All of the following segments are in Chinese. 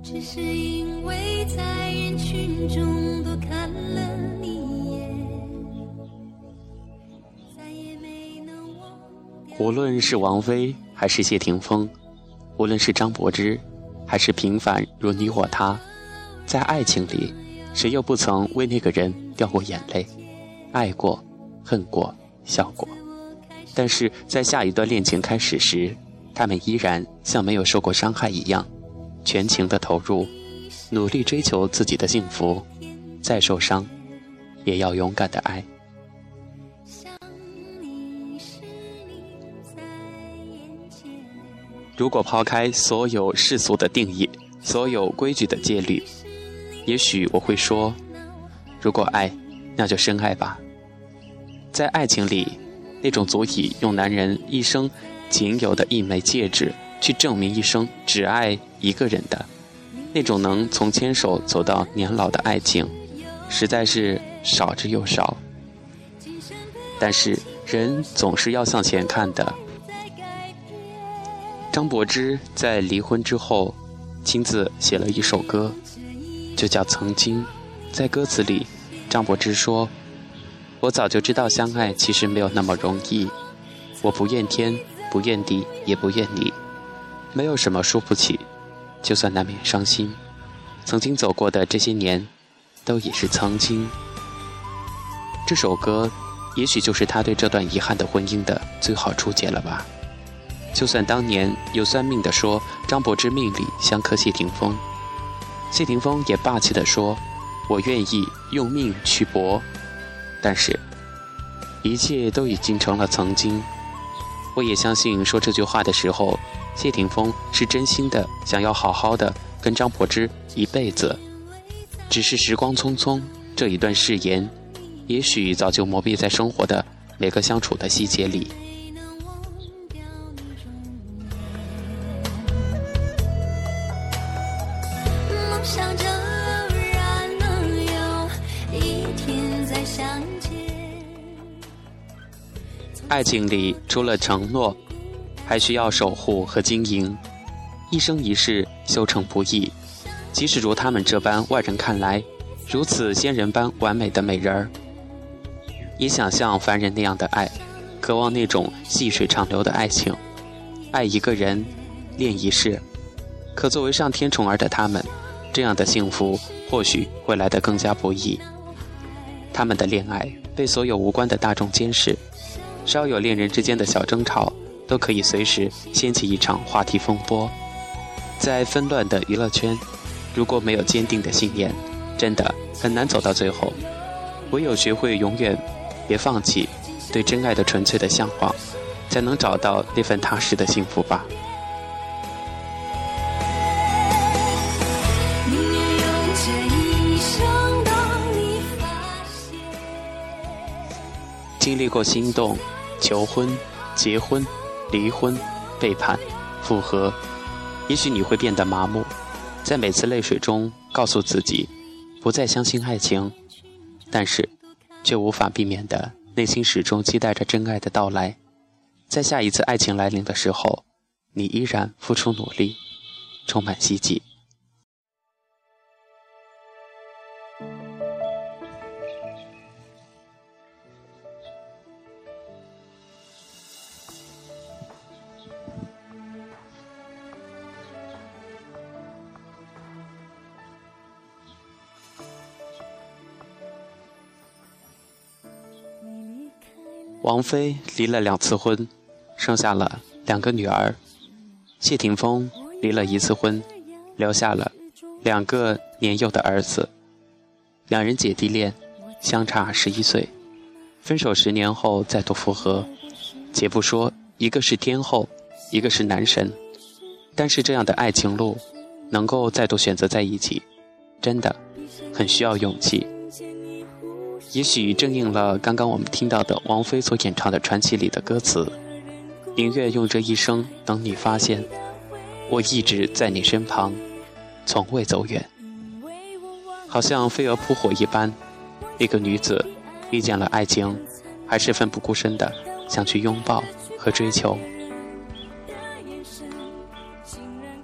只是因为在人群中多看了你一眼，再也没能忘掉。 无论是王菲还是谢霆锋，无论是张柏芝还是平凡如你我他，在爱情里，谁又不曾为那个人掉过眼泪，爱过，恨过，笑过。但是在下一段恋情开始时，他们依然像没有受过伤害一样，全情的投入，努力追求自己的幸福，再受伤也要勇敢的爱。如果抛开所有世俗的定义，所有规矩的戒律，也许我会说，如果爱，那就深爱吧。在爱情里，那种足以用男人一生仅有的一枚戒指去证明一生只爱一个人的，那种能从牵手走到年老的爱情，实在是少之又少。但是人总是要向前看的。张柏芝在离婚之后亲自写了一首歌，就叫《曾经》。在歌词里，张柏芝说，我早就知道相爱其实没有那么容易，我不怨天不怨地也不怨你，没有什么输不起，就算难免伤心，曾经走过的这些年都已是曾经。这首歌也许就是他对这段遗憾的婚姻的最好注解了吧。就算当年有算命的说张柏芝命里相克谢霆锋，谢霆锋也霸气地说，我愿意用命去搏，但是一切都已经成了曾经。我也相信说这句话的时候，谢霆锋是真心的想要好好的跟张柏芝一辈子，只是时光匆匆，这一段誓言也许早就磨砺在生活的每个相处的细节里。 想着偶然能有一天再相见。 爱情里除了承诺，还需要守护和经营，一生一世修成不易。即使如他们这般外人看来如此仙人般完美的美人儿，也想像凡人那样的爱，渴望那种细水长流的爱情，爱一个人，恋一世。可作为上天宠儿的他们，这样的幸福或许会来得更加不易。他们的恋爱被所有无关的大众监视，稍有恋人之间的小争吵都可以随时掀起一场话题风波。在纷乱的娱乐圈，如果没有坚定的信念，真的很难走到最后。唯有学会永远别放弃对真爱的纯粹的向往，才能找到那份踏实的幸福吧。经历过心动、求婚、结婚、离婚、背叛、复合，也许你会变得麻木，在每次泪水中告诉自己不再相信爱情，但是却无法避免的内心始终期待着真爱的到来。在下一次爱情来临的时候，你依然付出努力，充满希冀。王菲离了2次婚，生下了2个女儿。谢霆锋离了1次婚，留下了2个年幼的儿子。2人姐弟恋，相差11岁，分手10年后再度复合。且不说一个是天后，一个是男神，但是这样的爱情路能够再度选择在一起，真的很需要勇气。也许正应了刚刚我们听到的王菲所演唱的传奇里的歌词，宁愿用这一生等你发现，我一直在你身旁，从未走远。好像飞蛾扑火一般，一个女子遇见了爱情，还是奋不顾身的想去拥抱和追求。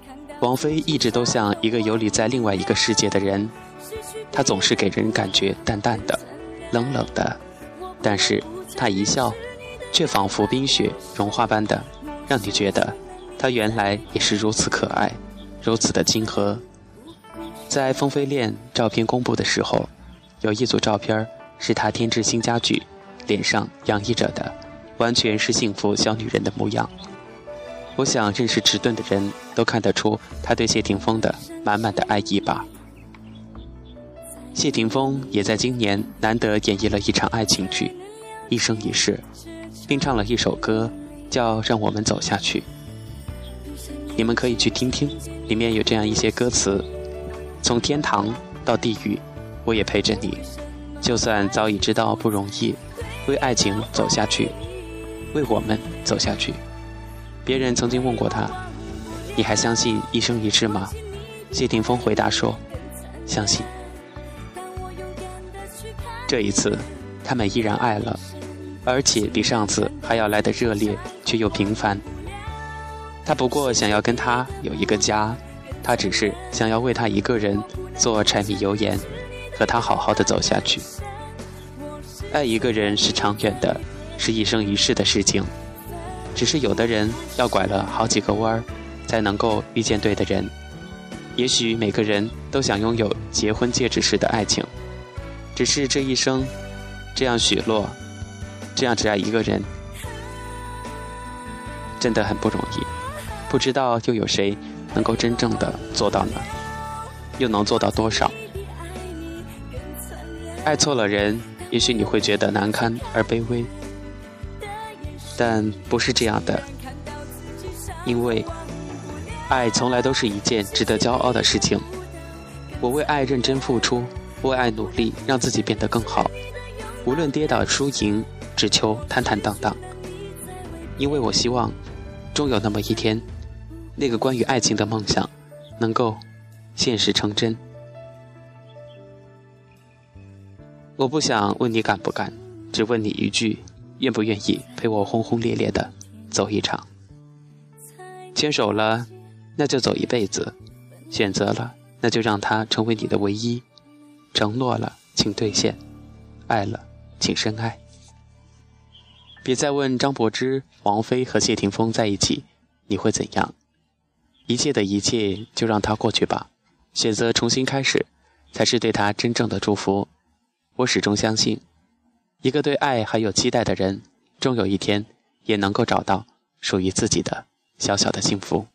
王菲一直都像一个游离在另外一个世界的人，她总是给人感觉淡淡的、冷冷的，但是她一笑，却仿佛冰雪融化般的，让你觉得她原来也是如此可爱，如此的亲和。在风飞恋照片公布的时候，有一组照片是她添置新家具，脸上洋溢着的完全是幸福小女人的模样。我想认识迟钝的人都看得出她对谢霆锋的满满的爱意吧。谢霆锋也在今年难得演绎了一场爱情剧，一生一世，并唱了一首歌叫《让我们走下去》。你们可以去听听，里面有这样一些歌词：从天堂到地狱，我也陪着你，就算早已知道不容易，为爱情走下去，为我们走下去。别人曾经问过他，你还相信一生一世吗？谢霆锋回答说，相信。这一次他们依然爱了，而且比上次还要来得热烈却又平凡。他不过想要跟他有一个家，他只是想要为他一个人做柴米油盐，和他好好的走下去。爱一个人是长远的，是一生一世的事情，只是有的人要拐了好几个弯才能够遇见对的人。也许每个人都想拥有结婚戒指式的爱情，只是这一生这样许诺，这样只爱一个人，真的很不容易。不知道又有谁能够真正的做到呢？又能做到多少？爱错了人，也许你会觉得难堪而卑微，但不是这样的，因为爱从来都是一件值得骄傲的事情。我为爱认真付出，为爱努力，让自己变得更好，无论跌倒输赢，只求坦坦荡荡。因为我希望终有那么一天，那个关于爱情的梦想能够现实成真。我不想问你敢不敢，只问你一句，愿不愿意陪我轰轰烈烈的走一场？牵手了，那就走一辈子；选择了，那就让它成为你的唯一；承诺了，请兑现；爱了，请深爱。别再问张柏芝、王菲和谢霆锋在一起你会怎样，一切的一切就让它过去吧，选择重新开始，才是对他真正的祝福。我始终相信，一个对爱还有期待的人，终有一天也能够找到属于自己的小小的幸福。